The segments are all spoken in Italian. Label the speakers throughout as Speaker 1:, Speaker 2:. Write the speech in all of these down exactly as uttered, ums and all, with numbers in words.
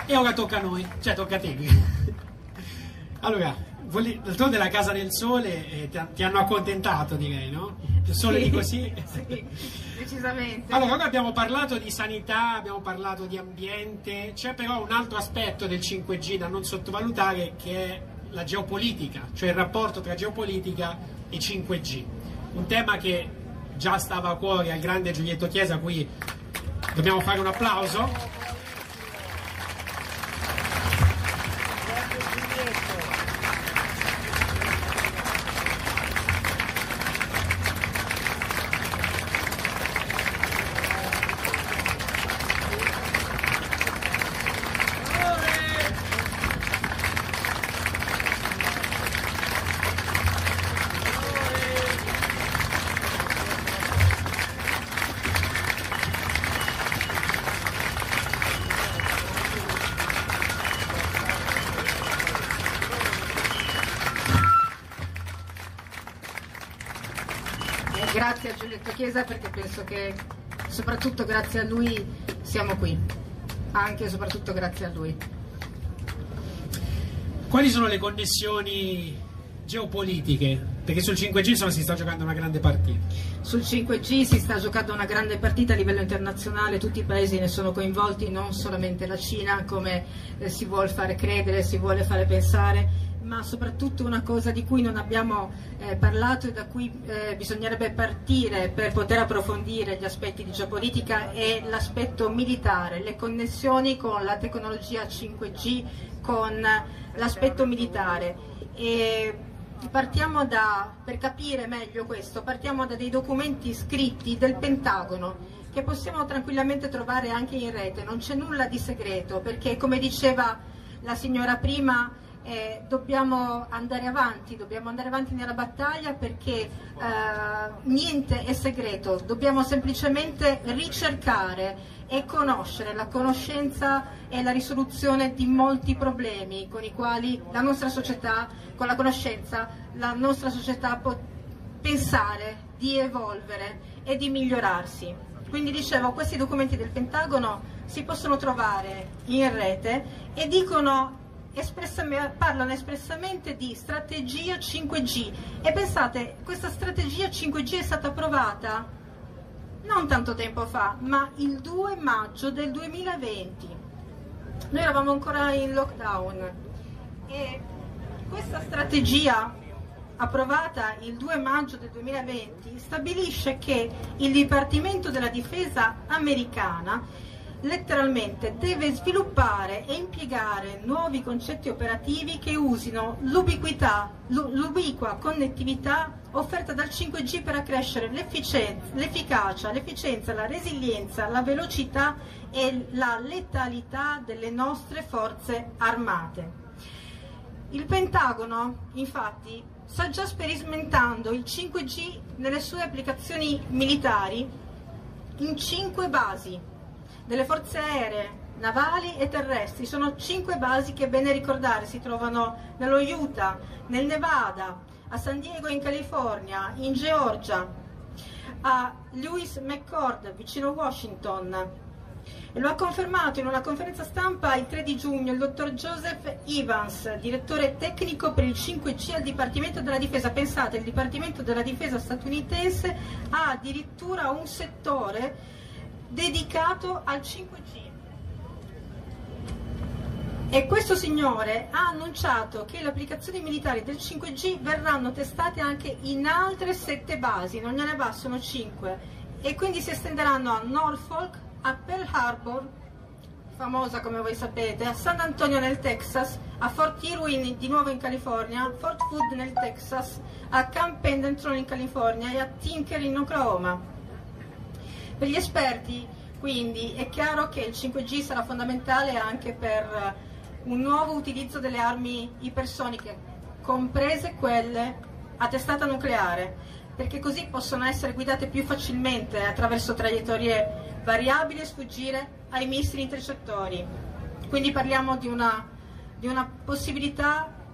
Speaker 1: E ora tocca a noi, cioè tocca a te. Allora, d'altronde la Casa del Sole eh, ti, ti hanno accontentato, direi, no? Più sole
Speaker 2: sì,
Speaker 1: di così.
Speaker 2: Sì, decisamente.
Speaker 1: Allora, ora abbiamo parlato di sanità, abbiamo parlato di ambiente, c'è però un altro aspetto del cinque G da non sottovalutare, che è la geopolitica, cioè il rapporto tra geopolitica e cinque G. Un tema che già stava a cuore al grande Giulietto Chiesa, a cui dobbiamo fare un applauso.
Speaker 2: Grazie a Giulietto Chiesa, perché penso che soprattutto grazie a lui siamo qui, anche e soprattutto grazie a lui.
Speaker 1: Quali sono le connessioni geopolitiche? Perché sul cinque G insomma, si sta giocando una grande partita.
Speaker 2: Sul cinque G si sta giocando una grande partita a livello internazionale, tutti i paesi ne sono coinvolti, non solamente la Cina, come eh, si vuole fare credere, si vuole fare pensare, ma soprattutto una cosa di cui non abbiamo eh, parlato e da cui eh, bisognerebbe partire per poter approfondire gli aspetti di geopolitica è l'aspetto militare, le connessioni con la tecnologia cinque G, con l'aspetto militare. E partiamo da, per capire meglio questo, partiamo da dei documenti scritti del Pentagono che possiamo tranquillamente trovare anche in rete, non c'è nulla di segreto, perché come diceva la signora prima, Eh, dobbiamo andare avanti, dobbiamo andare avanti nella battaglia, perché eh, niente è segreto, dobbiamo semplicemente ricercare e conoscere. La conoscenza è la risoluzione di molti problemi con i quali la nostra società, con la conoscenza, la nostra società può pensare di evolvere e di migliorarsi. Quindi dicevo, questi documenti del Pentagono si possono trovare in rete e dicono Espressamente, parlano espressamente di strategia cinque G, e pensate, questa strategia cinque G è stata approvata non tanto tempo fa, ma il due maggio del duemilaventi. Noi eravamo ancora in lockdown e questa strategia approvata il due maggio del duemilaventi stabilisce che il Dipartimento della Difesa americana letteralmente deve sviluppare e impiegare nuovi concetti operativi che usino l'ubiquità, l'ubiqua connettività offerta dal cinque G per accrescere l'efficacia, l'efficienza, la resilienza, la velocità e la letalità delle nostre forze armate. Il Pentagono, infatti, sta già sperimentando il cinque G nelle sue applicazioni militari in cinque basi delle forze aeree, navali e terrestri. Sono cinque basi che, è bene ricordare, si trovano nello Utah, nel Nevada, a San Diego in California, in Georgia, a Lewis McChord vicino Washington. E lo ha confermato in una conferenza stampa il tre di giugno il dottor Joseph Evans, direttore tecnico per il cinque G al Dipartimento della Difesa. Pensate, il Dipartimento della Difesa statunitense ha addirittura un settore dedicato al cinque G. E questo signore ha annunciato che le applicazioni militari del cinque G verranno testate anche in altre sette basi, non gliene bastano cinque, e quindi si estenderanno a Norfolk, a Pearl Harbor, famosa come voi sapete, a San Antonio nel Texas, a Fort Irwin di nuovo in California, a Fort Hood nel Texas, a Camp Pendleton in California e a Tinker in Oklahoma. Per gli esperti, quindi, è chiaro che il cinque G sarà fondamentale anche per un nuovo utilizzo delle armi ipersoniche, comprese quelle a testata nucleare, perché così possono essere guidate più facilmente attraverso traiettorie variabili e sfuggire ai missili intercettori. Quindi parliamo di una, di una possibilità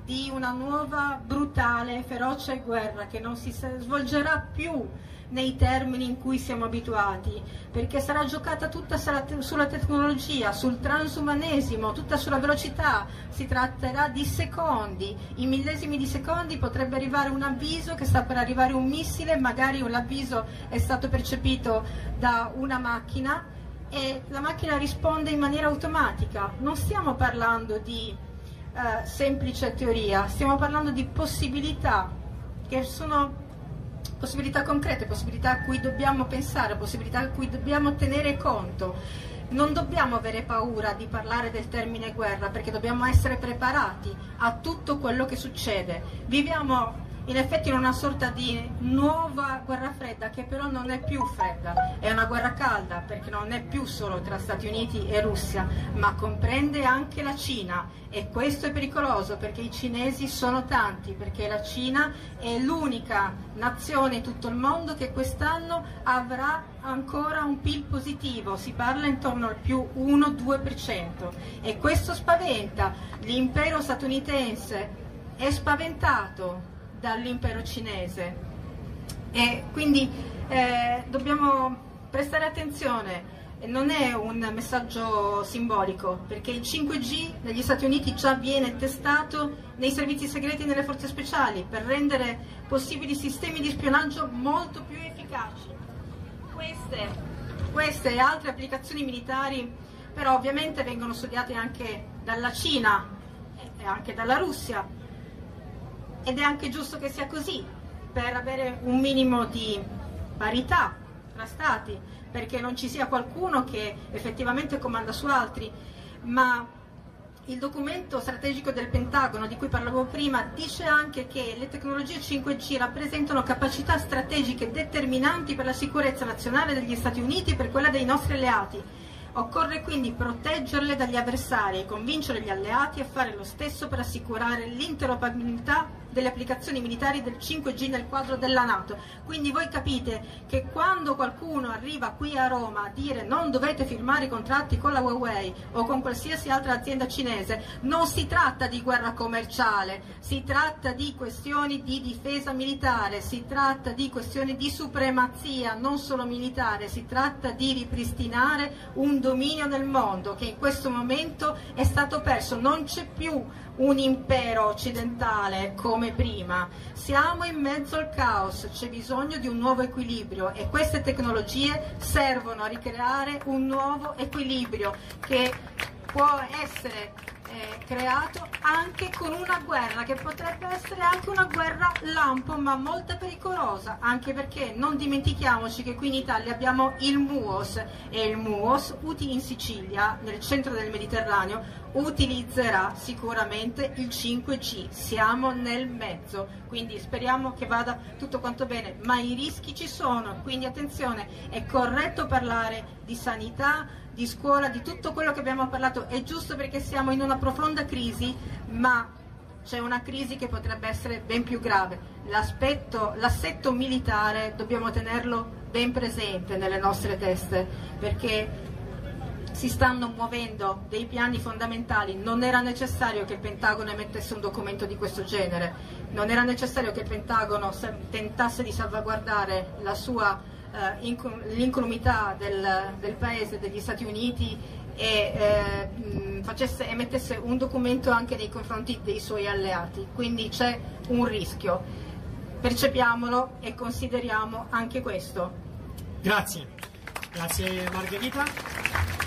Speaker 2: di una nuova brutale, feroce guerra che non si svolgerà più nei termini in cui siamo abituati, perché sarà giocata tutta sulla tecnologia, sul transumanesimo, tutta sulla velocità. Si tratterà di secondi, in millesimi di secondi potrebbe arrivare un avviso che sta per arrivare un missile, magari l'avviso è stato percepito da una macchina e la macchina risponde in maniera automatica. Non stiamo parlando di eh, semplice teoria, stiamo parlando di possibilità che sono possibilità concrete, possibilità a cui dobbiamo pensare, possibilità a cui dobbiamo tenere conto. Non dobbiamo avere paura di parlare del termine guerra, perché dobbiamo essere preparati a tutto quello che succede. Viviamo in effetti in una sorta di nuova guerra fredda, che però non è più fredda, è una guerra calda, perché non è più solo tra Stati Uniti e Russia, ma comprende anche la Cina, e questo è pericoloso perché i cinesi sono tanti, perché la Cina è l'unica nazione in tutto il mondo che quest'anno avrà ancora un P I L positivo, si parla intorno al più uno due per cento, e questo spaventa. L'impero statunitense è spaventato dall'impero cinese e quindi eh, dobbiamo prestare attenzione. Non è un messaggio simbolico, perché il cinque G negli Stati Uniti già viene testato nei servizi segreti e nelle forze speciali per rendere possibili sistemi di spionaggio molto più efficaci. Queste, queste e altre applicazioni militari però ovviamente vengono studiate anche dalla Cina e anche dalla Russia, ed è anche giusto che sia così, per avere un minimo di parità tra stati, perché non ci sia qualcuno che effettivamente comanda su altri. Ma il documento strategico del Pentagono, di cui parlavo prima, dice anche che le tecnologie cinque G rappresentano capacità strategiche determinanti per la sicurezza nazionale degli Stati Uniti e per quella dei nostri alleati. Occorre quindi proteggerle dagli avversari e convincere gli alleati a fare lo stesso per assicurare l'interoperabilità delle applicazioni militari del cinque G nel quadro della NATO. Quindi voi capite che quando qualcuno arriva qui a Roma a dire non dovete firmare i contratti con la Huawei o con qualsiasi altra azienda cinese, non si tratta di guerra commerciale, si tratta di questioni di difesa militare, si tratta di questioni di supremazia non solo militare, si tratta di ripristinare un dominio nel mondo che in questo momento è stato perso. Non c'è più un impero occidentale come prima, siamo in mezzo al caos, c'è bisogno di un nuovo equilibrio e queste tecnologie servono a ricreare un nuovo equilibrio che può essere eh, creato anche con una guerra che potrebbe essere anche una guerra lampo, ma molto pericolosa, anche perché non dimentichiamoci che qui in Italia abbiamo il MUOS e il MUOS in Sicilia, nel centro del Mediterraneo, utilizzerà sicuramente il cinque G, siamo nel mezzo, quindi speriamo che vada tutto quanto bene, ma i rischi ci sono, quindi attenzione, è corretto parlare di sanità, di scuola, di tutto quello che abbiamo parlato, è giusto perché siamo in una profonda crisi, ma c'è una crisi che potrebbe essere ben più grave. L'aspetto, l'assetto militare dobbiamo tenerlo ben presente nelle nostre teste, perché si stanno muovendo dei piani fondamentali. Non era necessario che il Pentagono emettesse un documento di questo genere, non era necessario che il Pentagono tentasse di salvaguardare la sua eh, l'incolumità del, del paese, degli Stati Uniti, e eh, facesse, emettesse un documento anche nei confronti dei suoi alleati. Quindi c'è un rischio, percepiamolo e consideriamo anche questo.
Speaker 1: Grazie, grazie Margherita.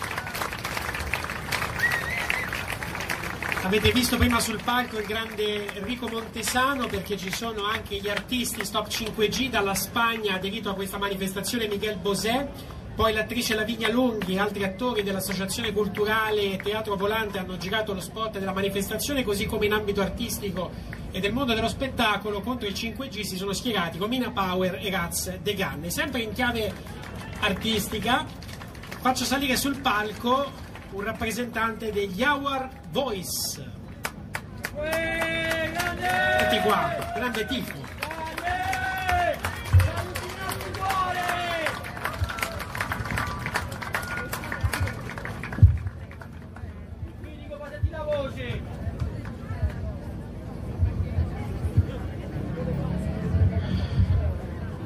Speaker 1: Avete visto prima sul palco il grande Enrico Montesano, perché ci sono anche gli artisti Stop cinque G dalla Spagna, aderito a questa manifestazione Miguel Bosé, poi l'attrice Lavinia Lunghi e altri attori dell'Associazione Culturale Teatro Volante hanno girato lo spot della manifestazione, così come in ambito artistico e del mondo dello spettacolo contro il cinque G si sono schierati Romina Power e Raz De Ganne. Sempre in chiave artistica faccio salire sul palco un rappresentante degli Our Voice. Senti qua, grande tifo.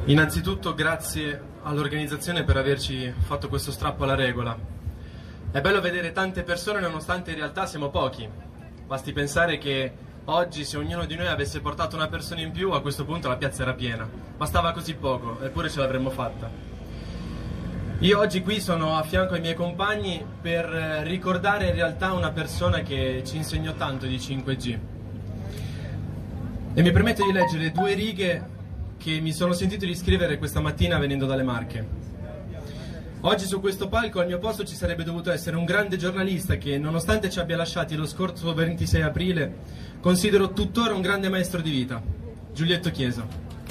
Speaker 3: Innanzitutto grazie all'organizzazione per averci fatto questo strappo alla regola. È bello vedere tante persone nonostante in realtà siamo pochi. Basti pensare che oggi se ognuno di noi avesse portato una persona in più, a questo punto la piazza era piena. Bastava così poco, eppure ce l'avremmo fatta. Io oggi qui sono a fianco ai miei compagni per ricordare in realtà una persona che ci insegnò tanto di cinque G. E mi permetto di leggere due righe che mi sono sentito di scrivere questa mattina venendo dalle Marche. Oggi su questo palco al mio posto ci sarebbe dovuto essere un grande giornalista che, nonostante ci abbia lasciati lo scorso ventisei aprile, considero tuttora un grande maestro di vita, Giulietto Chiesa.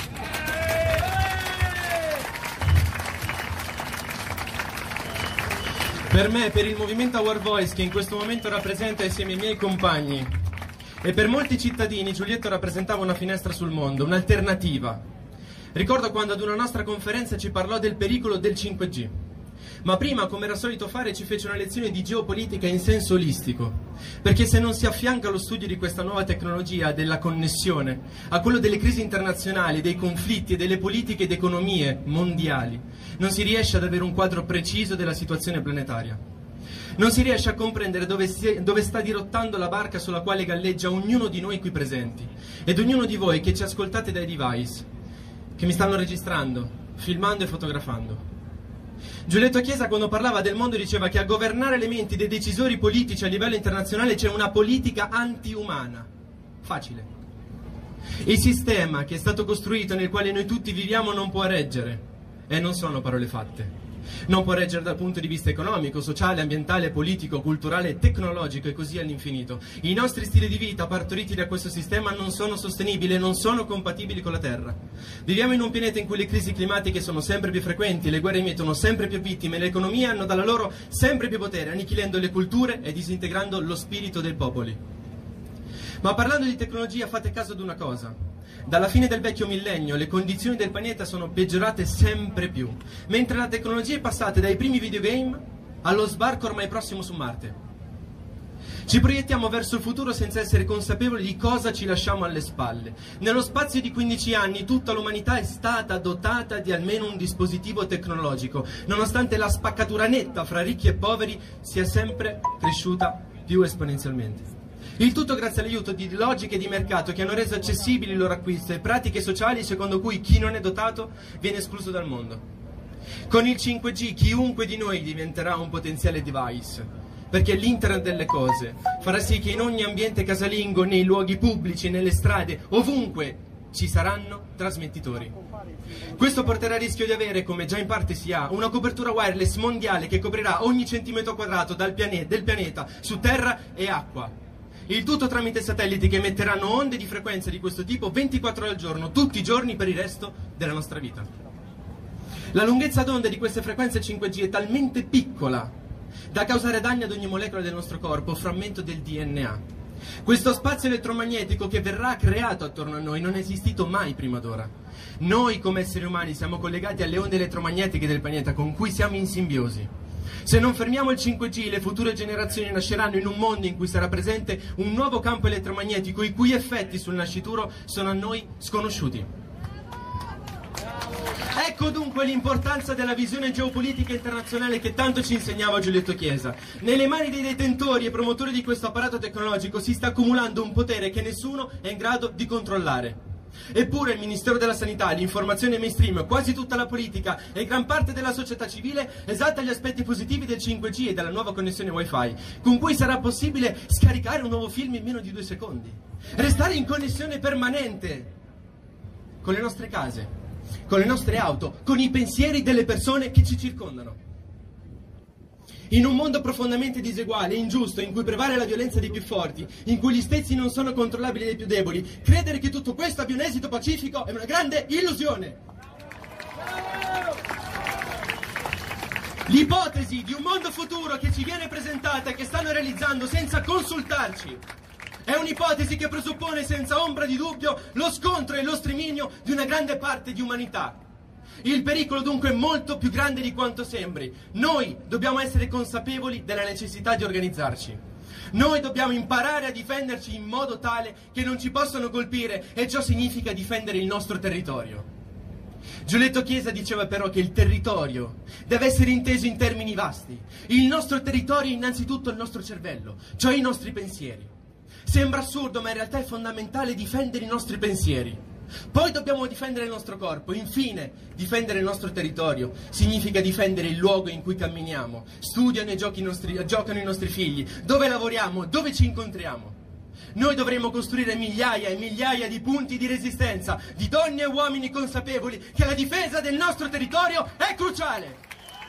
Speaker 3: Per me, per il movimento Our Voice che in questo momento rappresenta insieme ai miei compagni, e per molti cittadini Giulietto rappresentava una finestra sul mondo, un'alternativa. Ricordo quando ad una nostra conferenza ci parlò del pericolo del cinque G. Ma prima, come era solito fare, ci fece una lezione di geopolitica in senso olistico. Perché se non si affianca lo studio di questa nuova tecnologia, della connessione, a quello delle crisi internazionali, dei conflitti e delle politiche ed economie mondiali, non si riesce ad avere un quadro preciso della situazione planetaria. Non si riesce a comprendere dove, si, dove sta dirottando la barca sulla quale galleggia ognuno di noi qui presenti ed ognuno di voi che ci ascoltate dai device, che mi stanno registrando, filmando e fotografando. Giulietto Chiesa, quando parlava del mondo, diceva che a governare le menti dei decisori politici a livello internazionale c'è una politica antiumana. Facile. Il sistema che è stato costruito, nel quale noi tutti viviamo, non può reggere. E non sono parole fatte. Non può reggere dal punto di vista economico, sociale, ambientale, politico, culturale, tecnologico e così all'infinito. I nostri stili di vita partoriti da questo sistema non sono sostenibili e non sono compatibili con la Terra. Viviamo in un pianeta in cui le crisi climatiche sono sempre più frequenti, le guerre mettono sempre più vittime, le economie hanno dalla loro sempre più potere, annichilendo le culture e disintegrando lo spirito dei popoli. Ma parlando di tecnologia, fate caso ad una cosa. Dalla fine del vecchio millennio le condizioni del pianeta sono peggiorate sempre più, mentre la tecnologia è passata dai primi videogame allo sbarco ormai prossimo su Marte. Ci proiettiamo verso il futuro senza essere consapevoli di cosa ci lasciamo alle spalle. Nello spazio di quindici anni tutta l'umanità è stata dotata di almeno un dispositivo tecnologico, nonostante la spaccatura netta fra ricchi e poveri sia sempre cresciuta più esponenzialmente. Il tutto grazie all'aiuto di logiche di mercato che hanno reso accessibili il loro acquisto e pratiche sociali secondo cui chi non è dotato viene escluso dal mondo. Con il cinque G chiunque di noi diventerà un potenziale device, perché l'internet delle cose farà sì che in ogni ambiente casalingo, nei luoghi pubblici, nelle strade, ovunque ci saranno trasmettitori. Questo porterà il rischio di avere, come già in parte si ha, una copertura wireless mondiale che coprirà ogni centimetro quadrato dal pianeta, del pianeta su terra e acqua. Il tutto tramite satelliti che emetteranno onde di frequenza di questo tipo ventiquattro ore al giorno, tutti i giorni per il resto della nostra vita. La lunghezza d'onda di queste frequenze cinque G è talmente piccola da causare danni ad ogni molecola del nostro corpo, frammento del D N A. Questo spazio elettromagnetico che verrà creato attorno a noi non è esistito mai prima d'ora. Noi come esseri umani siamo collegati alle onde elettromagnetiche del pianeta con cui siamo in simbiosi. Se non fermiamo il cinque G, le future generazioni nasceranno in un mondo in cui sarà presente un nuovo campo elettromagnetico i cui effetti sul nascituro sono a noi sconosciuti. Ecco dunque l'importanza della visione geopolitica internazionale che tanto ci insegnava Giulietto Chiesa. Nelle mani dei detentori e promotori di questo apparato tecnologico si sta accumulando un potere che nessuno è in grado di controllare. Eppure il Ministero della Sanità, l'informazione mainstream, quasi tutta la politica e gran parte della società civile esalta gli aspetti positivi del cinque G e della nuova connessione Wi-Fi, con cui sarà possibile scaricare un nuovo film in meno di due secondi, restare in connessione permanente con le nostre case, con le nostre auto, con i pensieri delle persone che ci circondano. In un mondo profondamente diseguale e ingiusto, in cui prevale la violenza dei più forti, in cui gli stessi non sono controllabili dai più deboli, credere che tutto questo abbia un esito pacifico è una grande illusione. L'ipotesi di un mondo futuro che ci viene presentata e che stanno realizzando senza consultarci è un'ipotesi che presuppone senza ombra di dubbio lo scontro e lo striminio di una grande parte di umanità. Il pericolo dunque è molto più grande di quanto sembri. Noi dobbiamo essere consapevoli della necessità di organizzarci. Noi dobbiamo imparare a difenderci in modo tale che non ci possano colpire, e ciò significa difendere il nostro territorio. Giulietto Chiesa diceva però che il territorio deve essere inteso in termini vasti. Il nostro territorio è innanzitutto il nostro cervello, cioè i nostri pensieri. Sembra assurdo, ma in realtà è fondamentale difendere i nostri pensieri. Poi dobbiamo difendere il nostro corpo. Infine, difendere il nostro territorio significa difendere il luogo in cui camminiamo, studiano e giochi i nostri, giocano i nostri figli, dove lavoriamo, dove ci incontriamo. Noi dovremmo costruire migliaia e migliaia di punti di resistenza, di donne e uomini consapevoli che la difesa del nostro territorio è cruciale.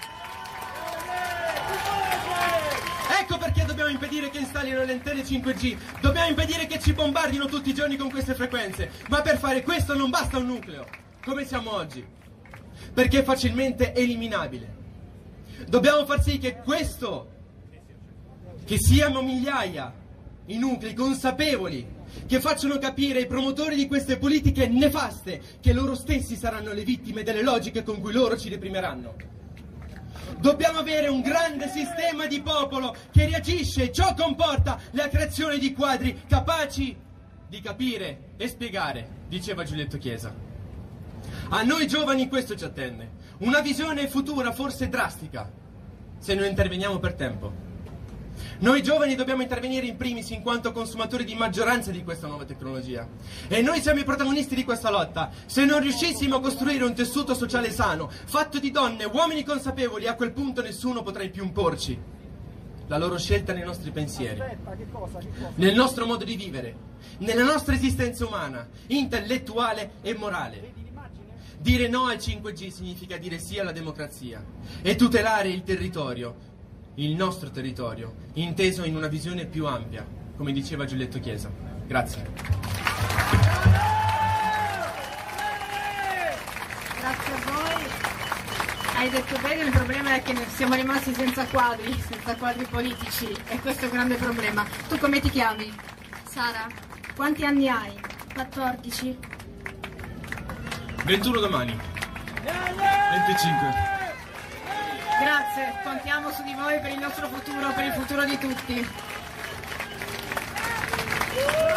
Speaker 3: Ecco perché dobbiamo impedire che installino le antenne cinque G, dobbiamo impedire che ci bombardino tutti i giorni con queste frequenze, ma per fare questo non basta un nucleo, come siamo oggi, perché è facilmente eliminabile. Dobbiamo far sì che questo, che siano migliaia i nuclei consapevoli, che facciano capire ai promotori di queste politiche nefaste che loro stessi saranno le vittime delle logiche con cui loro ci reprimeranno. Dobbiamo avere un grande sistema di popolo che reagisce, e ciò comporta la creazione di quadri capaci di capire e spiegare, diceva Giulietto Chiesa. A noi giovani questo ci attende, una visione futura forse drastica, se non interveniamo per tempo. Noi giovani dobbiamo intervenire in primis in quanto consumatori di maggioranza di questa nuova tecnologia. E noi siamo i protagonisti di questa lotta. Se non riuscissimo a costruire un tessuto sociale sano, fatto di donne e uomini consapevoli, a quel punto nessuno potrà più imporci la loro scelta nei nostri pensieri, nel nostro modo di vivere, nella nostra esistenza umana, intellettuale e morale. Dire no al cinque G significa dire sì alla democrazia e tutelare il territorio, il nostro territorio, inteso in una visione più ampia, come diceva Giulietto Chiesa. Grazie.
Speaker 2: Grazie a voi. Hai detto bene, il problema è che siamo rimasti senza quadri, senza quadri politici, e questo è un grande problema. Tu come ti chiami?
Speaker 4: Sara.
Speaker 2: Quanti anni hai?
Speaker 4: quattordici.
Speaker 3: ventuno domani.
Speaker 5: venticinque.
Speaker 2: Grazie, contiamo su di voi per il nostro futuro, per il futuro di tutti.